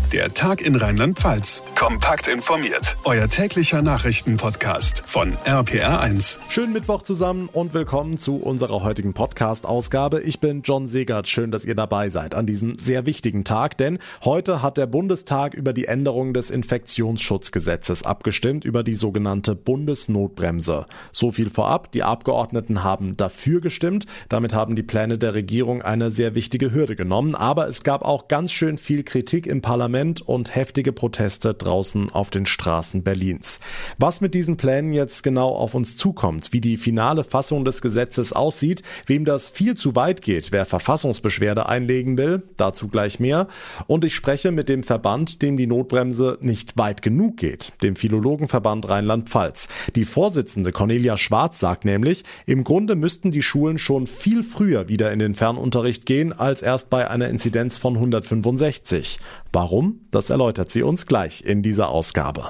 Der Tag in Rheinland-Pfalz. Kompakt informiert. Euer täglicher Nachrichtenpodcast von RPR1. Schönen Mittwoch zusammen und willkommen zu unserer heutigen Podcast-Ausgabe. Ich bin John Segert. Schön, dass ihr dabei seid an diesem sehr wichtigen Tag, denn heute hat der Bundestag über die Änderung des Infektionsschutzgesetzes abgestimmt, über die sogenannte Bundesnotbremse. So viel vorab. Die Abgeordneten haben dafür gestimmt. Damit haben die Pläne der Regierung eine sehr wichtige Hürde genommen. Aber es gab auch ganz schön viel Kritik im Parlament und heftige Proteste draußen auf den Straßen Berlins. Was mit diesen Plänen jetzt genau auf uns zukommt, wie die finale Fassung des Gesetzes aussieht, wem das viel zu weit geht, wer Verfassungsbeschwerde einlegen will, dazu gleich mehr. Und ich spreche mit dem Verband, dem die Notbremse nicht weit genug geht, dem Philologenverband Rheinland-Pfalz. Die Vorsitzende Cornelia Schwarz sagt nämlich, im Grunde müssten die Schulen schon viel früher wieder in den Fernunterricht gehen, als erst bei einer Inzidenz von 165. Warum? Das erläutert sie uns gleich in dieser Ausgabe.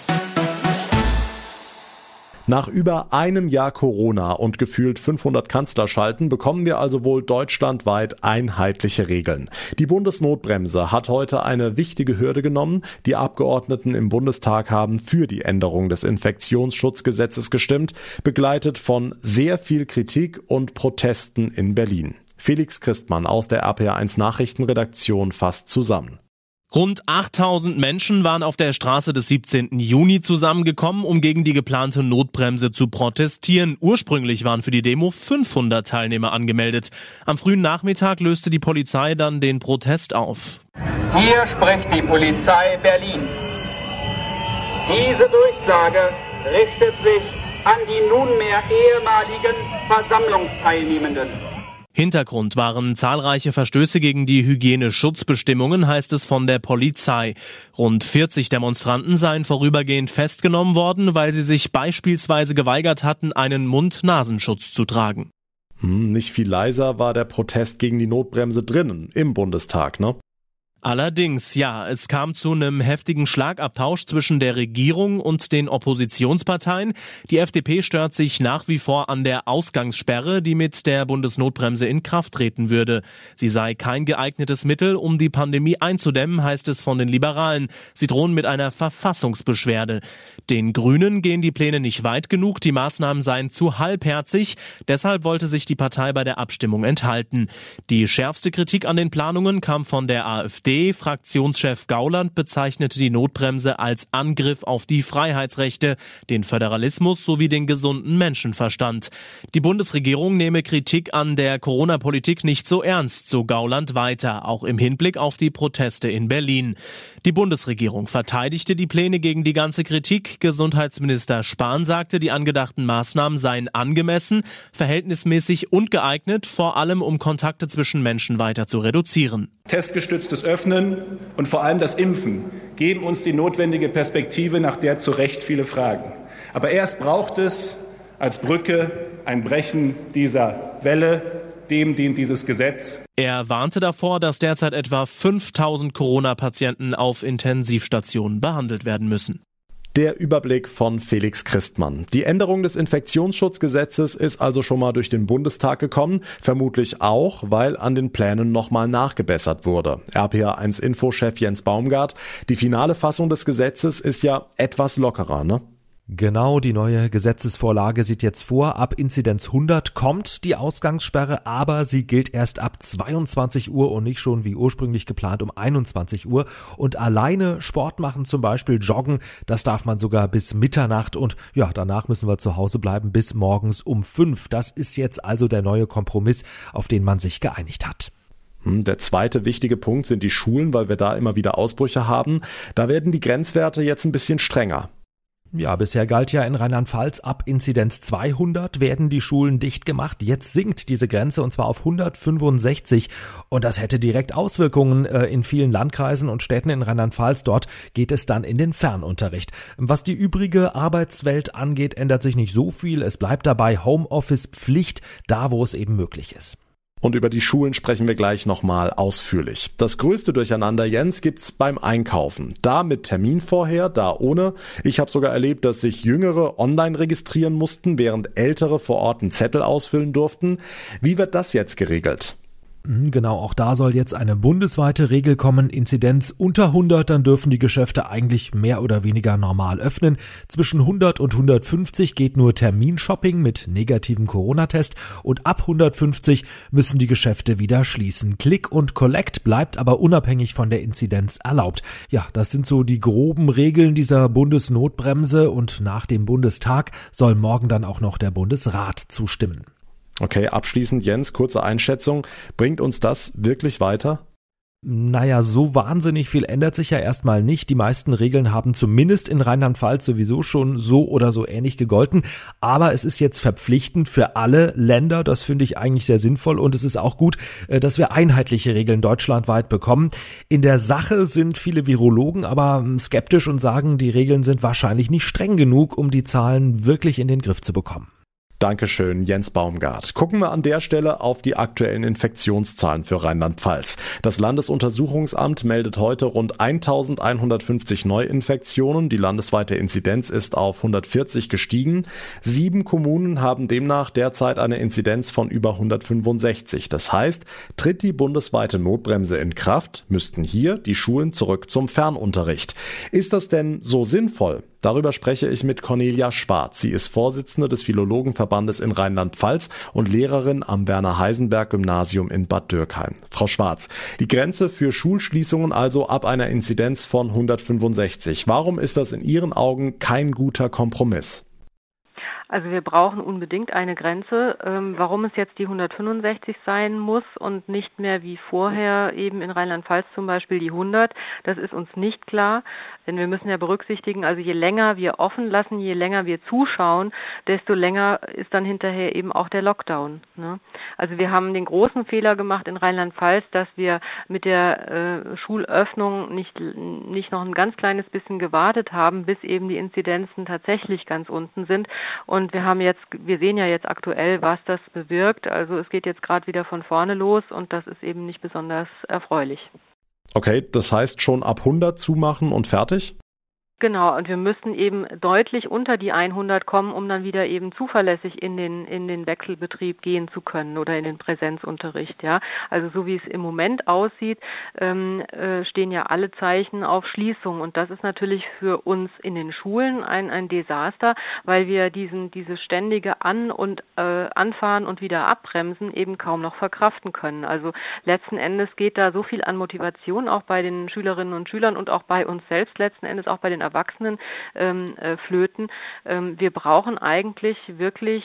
Nach über einem Jahr Corona und gefühlt 500 Kanzlerschalten bekommen wir also wohl deutschlandweit einheitliche Regeln. Die Bundesnotbremse hat heute eine wichtige Hürde genommen. Die Abgeordneten im Bundestag haben für die Änderung des Infektionsschutzgesetzes gestimmt, begleitet von sehr viel Kritik und Protesten in Berlin. Felix Christmann aus der RPR1 Nachrichtenredaktion fasst zusammen. Rund 8000 Menschen waren auf der Straße des 17. Juni zusammengekommen, um gegen die geplante Notbremse zu protestieren. Ursprünglich waren für die Demo 500 Teilnehmer angemeldet. Am frühen Nachmittag löste die Polizei dann den Protest auf. Hier spricht die Polizei Berlin. Diese Durchsage richtet sich an die nunmehr ehemaligen Versammlungsteilnehmenden. Hintergrund waren zahlreiche Verstöße gegen die Hygieneschutzbestimmungen, heißt es von der Polizei. Rund 40 Demonstranten seien vorübergehend festgenommen worden, weil sie sich beispielsweise geweigert hatten, einen Mund-Nasenschutz zu tragen. Nicht viel leiser war der Protest gegen die Notbremse drinnen im Bundestag, ne? Allerdings, ja, es kam zu einem heftigen Schlagabtausch zwischen der Regierung und den Oppositionsparteien. Die FDP stört sich nach wie vor an der Ausgangssperre, die mit der Bundesnotbremse in Kraft treten würde. Sie sei kein geeignetes Mittel, um die Pandemie einzudämmen, heißt es von den Liberalen. Sie drohen mit einer Verfassungsbeschwerde. Den Grünen gehen die Pläne nicht weit genug, die Maßnahmen seien zu halbherzig. Deshalb wollte sich die Partei bei der Abstimmung enthalten. Die schärfste Kritik an den Planungen kam von der AfD. Fraktionschef Gauland bezeichnete die Notbremse als Angriff auf die Freiheitsrechte, den Föderalismus sowie den gesunden Menschenverstand. Die Bundesregierung nehme Kritik an der Corona-Politik nicht so ernst, so Gauland weiter, auch im Hinblick auf die Proteste in Berlin. Die Bundesregierung verteidigte die Pläne gegen die ganze Kritik. Gesundheitsminister Spahn sagte, die angedachten Maßnahmen seien angemessen, verhältnismäßig und geeignet, vor allem um Kontakte zwischen Menschen weiter zu reduzieren. Testgestütztes Öffnen und vor allem das Impfen geben uns die notwendige Perspektive, nach der zu Recht viele fragen. Aber erst braucht es als Brücke ein Brechen dieser Welle. Dem dient dieses Gesetz. Er warnte davor, dass derzeit etwa 5000 Corona-Patienten auf Intensivstationen behandelt werden müssen. Der Überblick von Felix Christmann. Die Änderung des Infektionsschutzgesetzes ist also schon mal durch den Bundestag gekommen, vermutlich auch, weil an den Plänen nochmal nachgebessert wurde. RPR1-Info-Chef Jens Baumgart, die finale Fassung des Gesetzes ist ja etwas lockerer, ne? Genau, die neue Gesetzesvorlage sieht jetzt vor, ab Inzidenz 100 kommt die Ausgangssperre, aber sie gilt erst ab 22 Uhr und nicht schon wie ursprünglich geplant um 21 Uhr. Und alleine Sport machen, zum Beispiel joggen, das darf man sogar bis Mitternacht und ja, danach müssen wir zu Hause bleiben bis morgens um 5. Das ist jetzt also der neue Kompromiss, auf den man sich geeinigt hat. Der zweite wichtige Punkt sind die Schulen, weil wir da immer wieder Ausbrüche haben. Da werden die Grenzwerte jetzt ein bisschen strenger. Ja, bisher galt ja in Rheinland-Pfalz, ab Inzidenz 200 werden die Schulen dicht gemacht. Jetzt sinkt diese Grenze und zwar auf 165 und das hätte direkt Auswirkungen in vielen Landkreisen und Städten in Rheinland-Pfalz. Dort geht es dann in den Fernunterricht. Was die übrige Arbeitswelt angeht, ändert sich nicht so viel. Es bleibt dabei Homeoffice-Pflicht, da wo es eben möglich ist. Und über die Schulen sprechen wir gleich nochmal ausführlich. Das größte Durcheinander, Jens, gibt's beim Einkaufen. Da mit Termin vorher, da ohne. Ich habe sogar erlebt, dass sich Jüngere online registrieren mussten, während Ältere vor Ort einen Zettel ausfüllen durften. Wie wird das jetzt geregelt? Genau, auch da soll jetzt eine bundesweite Regel kommen. Inzidenz unter 100, dann dürfen die Geschäfte eigentlich mehr oder weniger normal öffnen. Zwischen 100 und 150 geht nur Terminshopping mit negativem Corona-Test und ab 150 müssen die Geschäfte wieder schließen. Click und Collect bleibt aber unabhängig von der Inzidenz erlaubt. Ja, das sind so die groben Regeln dieser Bundesnotbremse und nach dem Bundestag soll morgen dann auch noch der Bundesrat zustimmen. Okay, abschließend Jens, kurze Einschätzung. Bringt uns das wirklich weiter? Naja, so wahnsinnig viel ändert sich ja erstmal nicht. Die meisten Regeln haben zumindest in Rheinland-Pfalz sowieso schon so oder so ähnlich gegolten. Aber es ist jetzt verpflichtend für alle Länder. Das finde ich eigentlich sehr sinnvoll. Und es ist auch gut, dass wir einheitliche Regeln deutschlandweit bekommen. In der Sache sind viele Virologen aber skeptisch und sagen, die Regeln sind wahrscheinlich nicht streng genug, um die Zahlen wirklich in den Griff zu bekommen. Dankeschön, Jens Baumgart. Gucken wir an der Stelle auf die aktuellen Infektionszahlen für Rheinland-Pfalz. Das Landesuntersuchungsamt meldet heute rund 1150 Neuinfektionen. Die landesweite Inzidenz ist auf 140 gestiegen. 7 Kommunen haben demnach derzeit eine Inzidenz von über 165. Das heißt, tritt die bundesweite Notbremse in Kraft, müssten hier die Schulen zurück zum Fernunterricht. Ist das denn so sinnvoll? Darüber spreche ich mit Cornelia Schwarz. Sie ist Vorsitzende des Philologenverbandes in Rheinland-Pfalz und Lehrerin am Werner-Heisenberg-Gymnasium in Bad Dürkheim. Frau Schwarz, die Grenze für Schulschließungen also ab einer Inzidenz von 165. Warum ist das in Ihren Augen kein guter Kompromiss? Also wir brauchen unbedingt eine Grenze. Warum es jetzt die 165 sein muss und nicht mehr wie vorher eben in Rheinland-Pfalz zum Beispiel die 100, das ist uns nicht klar. Denn wir müssen ja berücksichtigen, also je länger wir offen lassen, je länger wir zuschauen, desto länger ist dann hinterher eben auch der Lockdown, ne? Also wir haben den großen Fehler gemacht in Rheinland-Pfalz, dass wir mit der Schulöffnung nicht noch ein ganz kleines bisschen gewartet haben, bis eben die Inzidenzen tatsächlich ganz unten sind. Und wir sehen ja jetzt aktuell, was das bewirkt. Also es geht jetzt gerade wieder von vorne los und das ist eben nicht besonders erfreulich. Okay, das heißt schon ab 100 zumachen und fertig? Genau, und wir müssen eben deutlich unter die 100 kommen, um dann wieder eben zuverlässig in den Wechselbetrieb gehen zu können oder in den Präsenzunterricht, ja. Also so wie es im Moment aussieht, stehen ja alle Zeichen auf Schließung und das ist natürlich für uns in den Schulen ein Desaster, weil wir dieses ständige Anfahren und wieder abbremsen eben kaum noch verkraften können. Also letzten Endes geht da so viel an Motivation auch bei den Schülerinnen und Schülern und auch bei uns selbst letzten Endes auch bei den Erwachsenen flöten. Wir brauchen eigentlich wirklich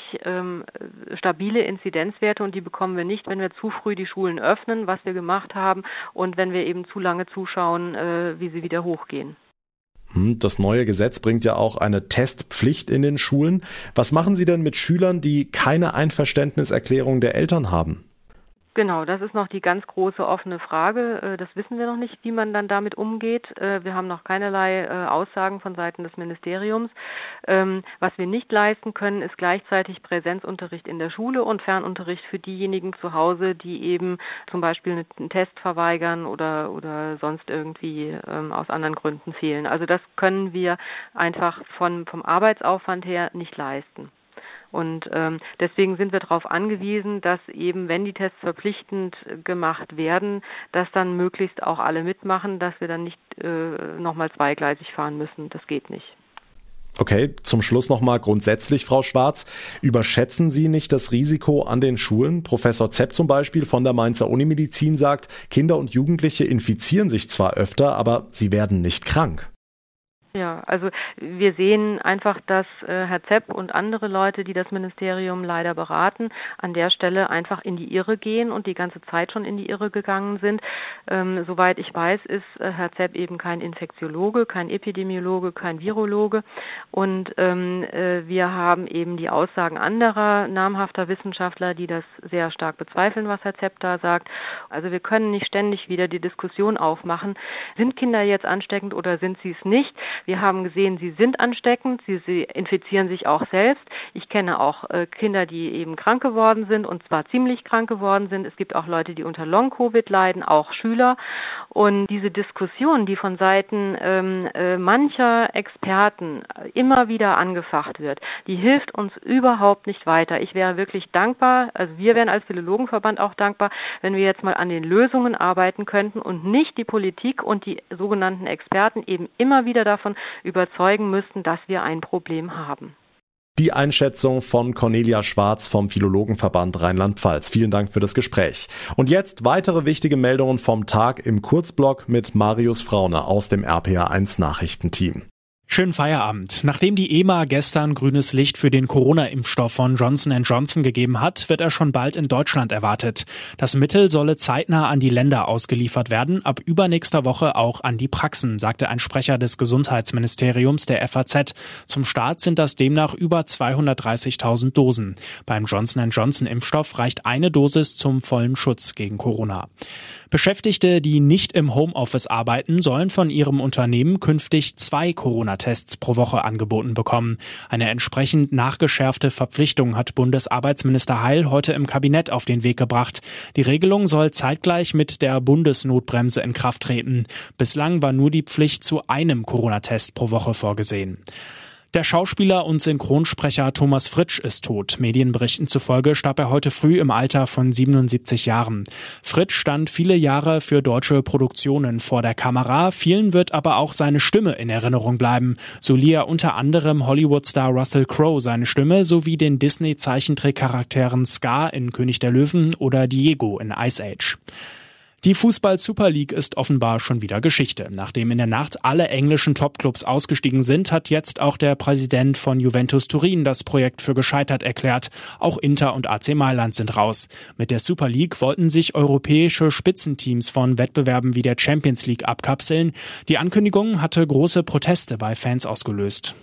stabile Inzidenzwerte und die bekommen wir nicht, wenn wir zu früh die Schulen öffnen, was wir gemacht haben und wenn wir eben zu lange zuschauen, wie sie wieder hochgehen. Das neue Gesetz bringt ja auch eine Testpflicht in den Schulen. Was machen Sie denn mit Schülern, die keine Einverständniserklärung der Eltern haben? Genau, das ist noch die ganz große offene Frage. Das wissen wir noch nicht, wie man dann damit umgeht. Wir haben noch keinerlei Aussagen von Seiten des Ministeriums. Was wir nicht leisten können, ist gleichzeitig Präsenzunterricht in der Schule und Fernunterricht für diejenigen zu Hause, die eben zum Beispiel einen Test verweigern oder sonst irgendwie aus anderen Gründen fehlen. Also das können wir einfach vom Arbeitsaufwand her nicht leisten. Und deswegen sind wir darauf angewiesen, dass eben, wenn die Tests verpflichtend gemacht werden, dass dann möglichst auch alle mitmachen, dass wir dann nicht nochmal zweigleisig fahren müssen. Das geht nicht. Okay, zum Schluss nochmal grundsätzlich, Frau Schwarz. Überschätzen Sie nicht das Risiko an den Schulen? Professor Zepp zum Beispiel von der Mainzer Unimedizin sagt, Kinder und Jugendliche infizieren sich zwar öfter, aber sie werden nicht krank. Ja, also wir sehen einfach, dass Herr Zepp und andere Leute, die das Ministerium leider beraten, an der Stelle einfach in die Irre gehen und die ganze Zeit schon in die Irre gegangen sind. Soweit ich weiß, ist Herr Zepp eben kein Infektiologe, kein Epidemiologe, kein Virologe. Und wir haben eben die Aussagen anderer namhafter Wissenschaftler, die das sehr stark bezweifeln, was Herr Zepp da sagt. Also wir können nicht ständig wieder die Diskussion aufmachen, sind Kinder jetzt ansteckend oder sind sie es nicht? Wir haben gesehen, sie sind ansteckend, sie infizieren sich auch selbst. Ich kenne auch Kinder, die eben krank geworden sind und zwar ziemlich krank geworden sind. Es gibt auch Leute, die unter Long-Covid leiden, auch Schüler. Und diese Diskussion, die von Seiten mancher Experten immer wieder angefacht wird, die hilft uns überhaupt nicht weiter. Ich wäre wirklich dankbar, also wir wären als Philologenverband auch dankbar, wenn wir jetzt mal an den Lösungen arbeiten könnten und nicht die Politik und die sogenannten Experten eben immer wieder davon überzeugen müssten, dass wir ein Problem haben. Die Einschätzung von Cornelia Schwarz vom Philologenverband Rheinland-Pfalz. Vielen Dank für das Gespräch. Und jetzt weitere wichtige Meldungen vom Tag im Kurzblock mit Marius Fraune aus dem RPA1 Nachrichtenteam. Schönen Feierabend. Nachdem die EMA gestern grünes Licht für den Corona-Impfstoff von Johnson & Johnson gegeben hat, wird er schon bald in Deutschland erwartet. Das Mittel solle zeitnah an die Länder ausgeliefert werden, ab übernächster Woche auch an die Praxen, sagte ein Sprecher des Gesundheitsministeriums der FAZ. Zum Start sind das demnach über 230.000 Dosen. Beim Johnson & Johnson-Impfstoff reicht eine Dosis zum vollen Schutz gegen Corona. Beschäftigte, die nicht im Homeoffice arbeiten, sollen von ihrem Unternehmen künftig 2 Corona-Tests pro Woche angeboten bekommen. Eine entsprechend nachgeschärfte Verpflichtung hat Bundesarbeitsminister Heil heute im Kabinett auf den Weg gebracht. Die Regelung soll zeitgleich mit der Bundesnotbremse in Kraft treten. Bislang war nur die Pflicht zu einem Corona-Test pro Woche vorgesehen. Der Schauspieler und Synchronsprecher Thomas Fritsch ist tot. Medienberichten zufolge starb er heute früh im Alter von 77 Jahren. Fritsch stand viele Jahre für deutsche Produktionen vor der Kamera. Vielen wird aber auch seine Stimme in Erinnerung bleiben. So lieh er unter anderem Hollywood-Star Russell Crowe seine Stimme sowie den Disney-Zeichentrickcharakteren Scar in König der Löwen oder Diego in Ice Age. Die Fußball-Super League ist offenbar schon wieder Geschichte. Nachdem in der Nacht alle englischen Topclubs ausgestiegen sind, hat jetzt auch der Präsident von Juventus Turin das Projekt für gescheitert erklärt. Auch Inter und AC Mailand sind raus. Mit der Super League wollten sich europäische Spitzenteams von Wettbewerben wie der Champions League abkapseln. Die Ankündigung hatte große Proteste bei Fans ausgelöst.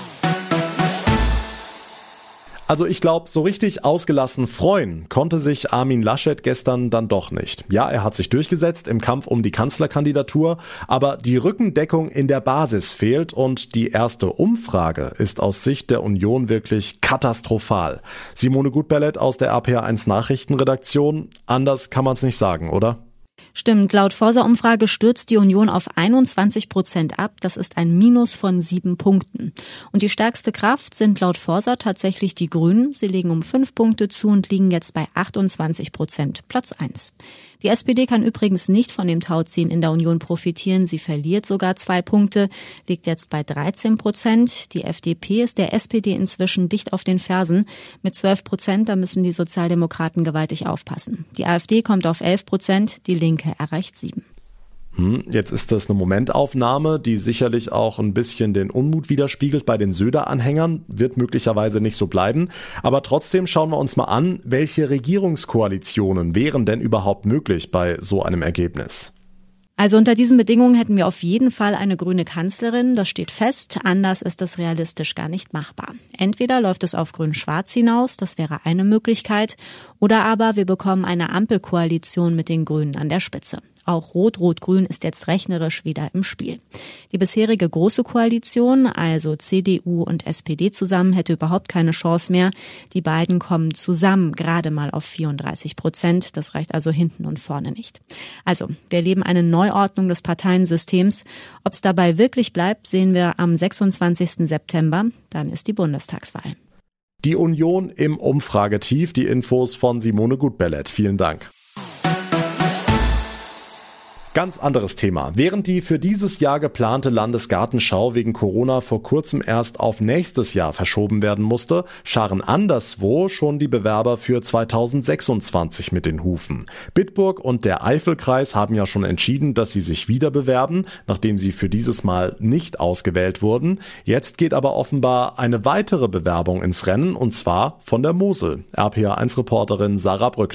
Also ich glaube, so richtig ausgelassen freuen konnte sich Armin Laschet gestern dann doch nicht. Ja, er hat sich durchgesetzt im Kampf um die Kanzlerkandidatur, aber die Rückendeckung in der Basis fehlt und die erste Umfrage ist aus Sicht der Union wirklich katastrophal. Simone Gutberlet aus der RPA1 Nachrichtenredaktion, anders kann man es nicht sagen, oder? Stimmt, laut Forsa-Umfrage stürzt die Union auf 21% ab. Das ist ein Minus von 7 Punkten. Und die stärkste Kraft sind laut Forsa tatsächlich die Grünen. Sie legen um 5 Punkte zu und liegen jetzt bei 28%, Platz 1. Die SPD kann übrigens nicht von dem Tauziehen in der Union profitieren. Sie verliert sogar 2 Punkte, liegt jetzt bei 13%. Die FDP ist der SPD inzwischen dicht auf den Fersen. Mit 12%, da müssen die Sozialdemokraten gewaltig aufpassen. Die AfD kommt auf 11%, die Linke erreicht 7%. Jetzt ist das eine Momentaufnahme, die sicherlich auch ein bisschen den Unmut widerspiegelt bei den Söder-Anhängern, wird möglicherweise nicht so bleiben. Aber trotzdem schauen wir uns mal an, welche Regierungskoalitionen wären denn überhaupt möglich bei so einem Ergebnis? Also unter diesen Bedingungen hätten wir auf jeden Fall eine grüne Kanzlerin, das steht fest, anders ist das realistisch gar nicht machbar. Entweder läuft es auf Grün-Schwarz hinaus, das wäre eine Möglichkeit, oder aber wir bekommen eine Ampelkoalition mit den Grünen an der Spitze. Auch Rot-Rot-Grün ist jetzt rechnerisch wieder im Spiel. Die bisherige Große Koalition, also CDU und SPD zusammen, hätte überhaupt keine Chance mehr. Die beiden kommen zusammen gerade mal auf 34%. Das reicht also hinten und vorne nicht. Also, wir erleben eine Neuordnung des Parteiensystems. Ob es dabei wirklich bleibt, sehen wir am 26. September. Dann ist die Bundestagswahl. Die Union im Umfragetief. Die Infos von Simone Gutberlet. Vielen Dank. Ganz anderes Thema. Während die für dieses Jahr geplante Landesgartenschau wegen Corona vor kurzem erst auf nächstes Jahr verschoben werden musste, scharen anderswo schon die Bewerber für 2026 mit den Hufen. Bitburg und der Eifelkreis haben ja schon entschieden, dass sie sich wieder bewerben, nachdem sie für dieses Mal nicht ausgewählt wurden. Jetzt geht aber offenbar eine weitere Bewerbung ins Rennen, und zwar von der Mosel. RPA1-Reporterin Sarah Brückner.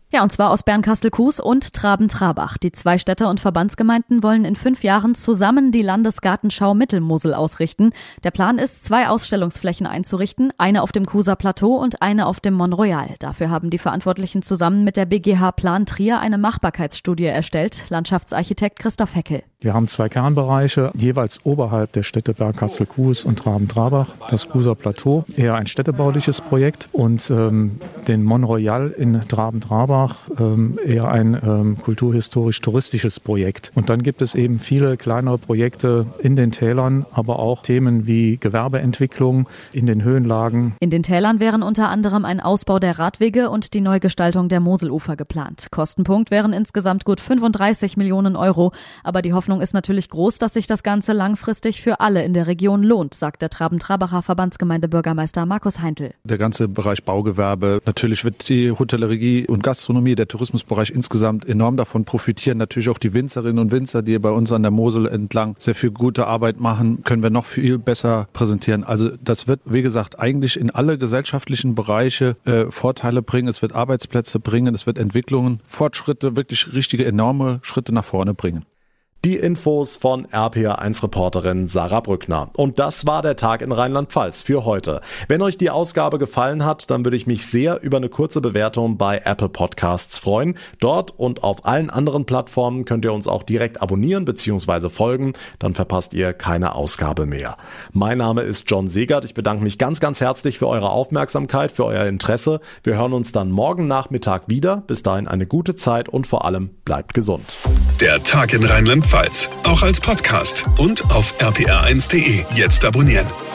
Ja, und zwar aus Bernkastel-Kues und Traben-Trabach. Die 2 Städte und Verbandsgemeinden wollen in 5 Jahren zusammen die Landesgartenschau Mittelmosel ausrichten. Der Plan ist, 2 Ausstellungsflächen einzurichten, eine auf dem Kueser Plateau und eine auf dem Mont Royal. Dafür haben die Verantwortlichen zusammen mit der BGH Plan Trier eine Machbarkeitsstudie erstellt. Landschaftsarchitekt Christoph Heckel. Wir haben 2 Kernbereiche, jeweils oberhalb der Städte Bernkastel-Kues und Traben-Trabach. Das Kueser Plateau, eher ein städtebauliches Projekt, und den Mont Royal in Traben-Trabach, eher ein kulturhistorisch-touristisches Projekt. Und dann gibt es eben viele kleinere Projekte in den Tälern, aber auch Themen wie Gewerbeentwicklung in den Höhenlagen. In den Tälern wären unter anderem ein Ausbau der Radwege und die Neugestaltung der Moselufer geplant. Kostenpunkt wären insgesamt gut 35 Millionen Euro. Aber die Hoffnung ist natürlich groß, dass sich das Ganze langfristig für alle in der Region lohnt, sagt der Traben-Trabacher Verbandsgemeindebürgermeister Markus Heintel. Der ganze Bereich Baugewerbe, natürlich wird die Hotellerie und Gastronomie, der Tourismusbereich insgesamt enorm davon profitieren. Natürlich auch die Winzerinnen und Winzer, die bei uns an der Mosel entlang sehr viel gute Arbeit machen, können wir noch viel besser präsentieren. Also das wird, wie gesagt, eigentlich in alle gesellschaftlichen Bereiche Vorteile bringen. Es wird Arbeitsplätze bringen, es wird Entwicklungen, Fortschritte, wirklich richtige enorme Schritte nach vorne bringen. Die Infos von RPR1-Reporterin Sarah Brückner. Und das war der Tag in Rheinland-Pfalz für heute. Wenn euch die Ausgabe gefallen hat, dann würde ich mich sehr über eine kurze Bewertung bei Apple Podcasts freuen. Dort und auf allen anderen Plattformen könnt ihr uns auch direkt abonnieren bzw. folgen. Dann verpasst ihr keine Ausgabe mehr. Mein Name ist John Segert. Ich bedanke mich ganz, ganz herzlich für eure Aufmerksamkeit, für euer Interesse. Wir hören uns dann morgen Nachmittag wieder. Bis dahin eine gute Zeit und vor allem bleibt gesund. Der Tag in Rheinland-Pfalz, auch als Podcast und auf rpr1.de. Jetzt abonnieren.